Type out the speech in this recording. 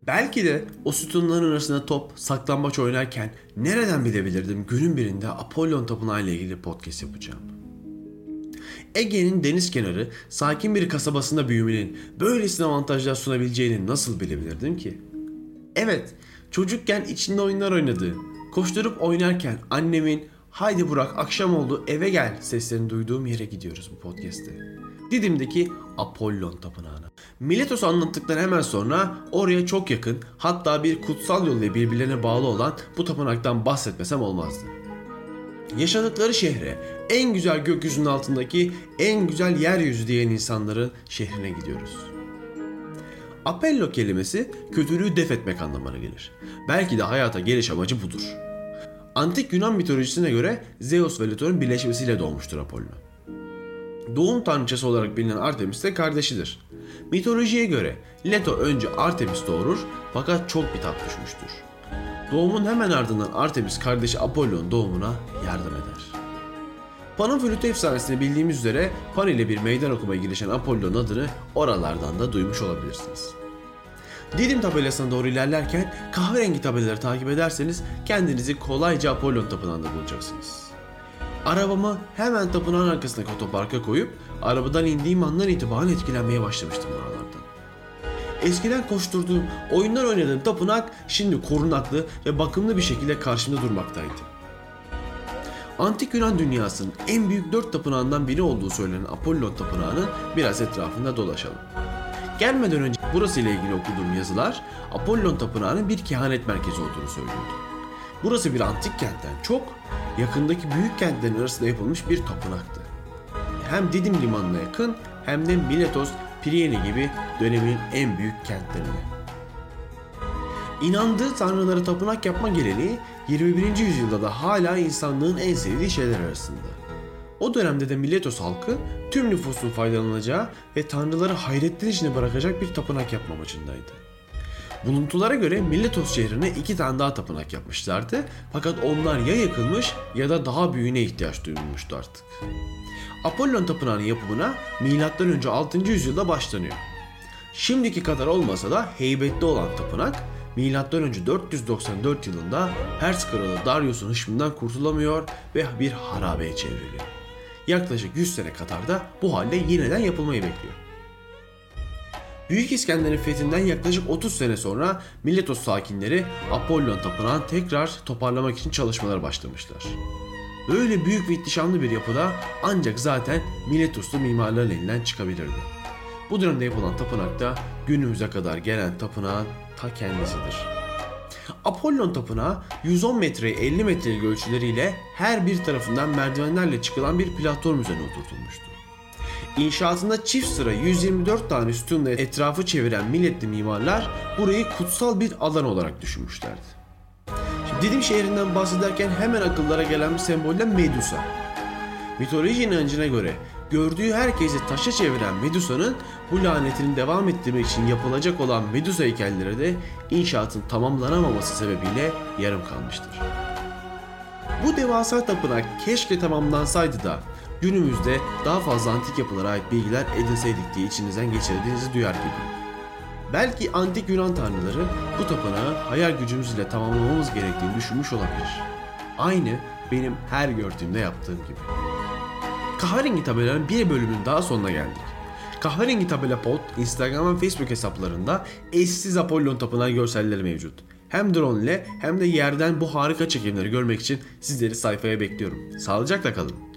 Belki de o sütunların arasında top, saklambaç oynarken nereden bilebilirdim günün birinde Apollon Tapınağı ile ilgili podcast yapacağım. Ege'nin deniz kenarı sakin bir kasabasında büyümenin böylesine avantajlar sunabileceğini nasıl bilebilirdim ki? Evet, çocukken içinde oyunlar oynadığım, koşturup oynarken annemin "Haydi Burak akşam oldu eve gel" seslerini duyduğum yere gidiyoruz bu podcast'te. Didim'deki Apollon Tapınağı'na. Miletos'u anlattıktan hemen sonra oraya çok yakın, hatta bir kutsal yol ile birbirlerine bağlı olan bu tapınaktan bahsetmesem olmazdı. Yaşadıkları şehre, en güzel gökyüzünün altındaki en güzel yeryüzü diyen insanların şehrine gidiyoruz. Apello kelimesi kötülüğü def etmek anlamına gelir. Belki de hayata geliş amacı budur. Antik Yunan mitolojisine göre Zeus ve Leto'nun birleşmesiyle doğmuştur Apollo. Doğum tanrıçası olarak bilinen Artemis de kardeşidir. Mitolojiye göre Leto önce Artemis doğurur fakat çok bitap düşmüştür. Doğumun hemen ardından Artemis kardeşi Apollon'un doğumuna yardım eder. Pan'ın flütü efsanesini bildiğimiz üzere Pan ile bir meydan okumaya girişen Apollon'un adını oralardan da duymuş olabilirsiniz. Didim tabelasına doğru ilerlerken kahverengi tabelaları takip ederseniz kendinizi kolayca Apollon Tapınağı'nda bulacaksınız. Arabamı hemen tapınağın arkasındaki otoparka koyup arabadan indiğim andan itibaren etkilenmeye başlamıştım oralardan. Eskiden koşturduğum, oyunlar oynadığım tapınak şimdi korunaklı ve bakımlı bir şekilde karşımda durmaktaydı. Antik Yunan dünyasının en büyük 4 tapınağından biri olduğu söylenen Apollon Tapınağı'nın biraz etrafında dolaşalım. Gelmeden önce burası ile ilgili okuduğum yazılar Apollon Tapınağı'nın bir kehanet merkezi olduğunu söylüyordu. Burası bir antik kentten çok, yakındaki büyük kentlerin arasında yapılmış bir tapınaktı. Hem Didim limanına yakın hem de Miletos, Priene gibi dönemin en büyük kentlerine. İnandığı tanrılara tapınak yapma geleneği 21. yüzyılda da hala insanlığın en sevdiği şeyler arasında. O dönemde de Miletos halkı tüm nüfusun faydalanacağı ve tanrıları hayretler içine bırakacak bir tapınak yapma amacındaydı. Buluntulara göre Miletos şehrine 2 tane daha tapınak yapmışlardı fakat onlar ya yakılmış ya da daha büyüğüne ihtiyaç duyulmuştu artık. Apollon Tapınağı'nın yapımına M.Ö. 6. yüzyılda başlanıyor. Şimdiki kadar olmasa da heybetli olan tapınak M.Ö. 494 yılında Pers kralı Darius'un hışmından kurtulamıyor ve bir harabeye çevriliyor. Yaklaşık 100 sene kadar da bu halde yeniden yapılmayı bekliyor. Büyük İskender'in fethinden yaklaşık 30 sene sonra Miletos sakinleri Apollon Tapınağı'nı tekrar toparlamak için çalışmalar başlamışlar. Böyle büyük ve ihtişamlı bir yapıda ancak zaten Miletoslu mimarların elinden çıkabilirdi. Bu dönemde yapılan tapınak da günümüze kadar gelen tapınağın ta kendisidir. Apollon Tapınağı 110 metreye 50 metrelik ölçüleriyle her bir tarafından merdivenlerle çıkılan bir platform üzerine oturtulmuştu. İnşaatında çift sıra 124 tane sütunla etrafı çeviren milletli mimarlar burayı kutsal bir alan olarak düşünmüşlerdi. Didim şehrinden bahsederken hemen akıllara gelen bir sembol de Medusa. Mitoloji inancına göre gördüğü herkesi taşa çeviren Medusa'nın bu lanetini devam ettirmek için yapılacak olan Medusa heykelleri de inşaatın tamamlanamaması sebebiyle yarım kalmıştır. Bu devasa tapınak keşke tamamlansaydı da günümüzde daha fazla antik yapılara ait bilgiler edinseydik diye içinizden geçirdiğinizi duyar gibiyim. Belki antik Yunan tanrıları bu tapınağı hayal gücümüz ile tamamlamamız gerektiğini düşünmüş olabilir. Aynı benim her gördüğümde yaptığım gibi. Kahverengi tabelaların bir bölümünün daha sonuna geldik. Kahverengi Tabela Pod, Instagram ve Facebook hesaplarında eşsiz Apollon Tapınağı görselleri mevcut. Hem drone ile hem de yerden bu harika çekimleri görmek için sizleri sayfaya bekliyorum. Sağlıcakla kalın.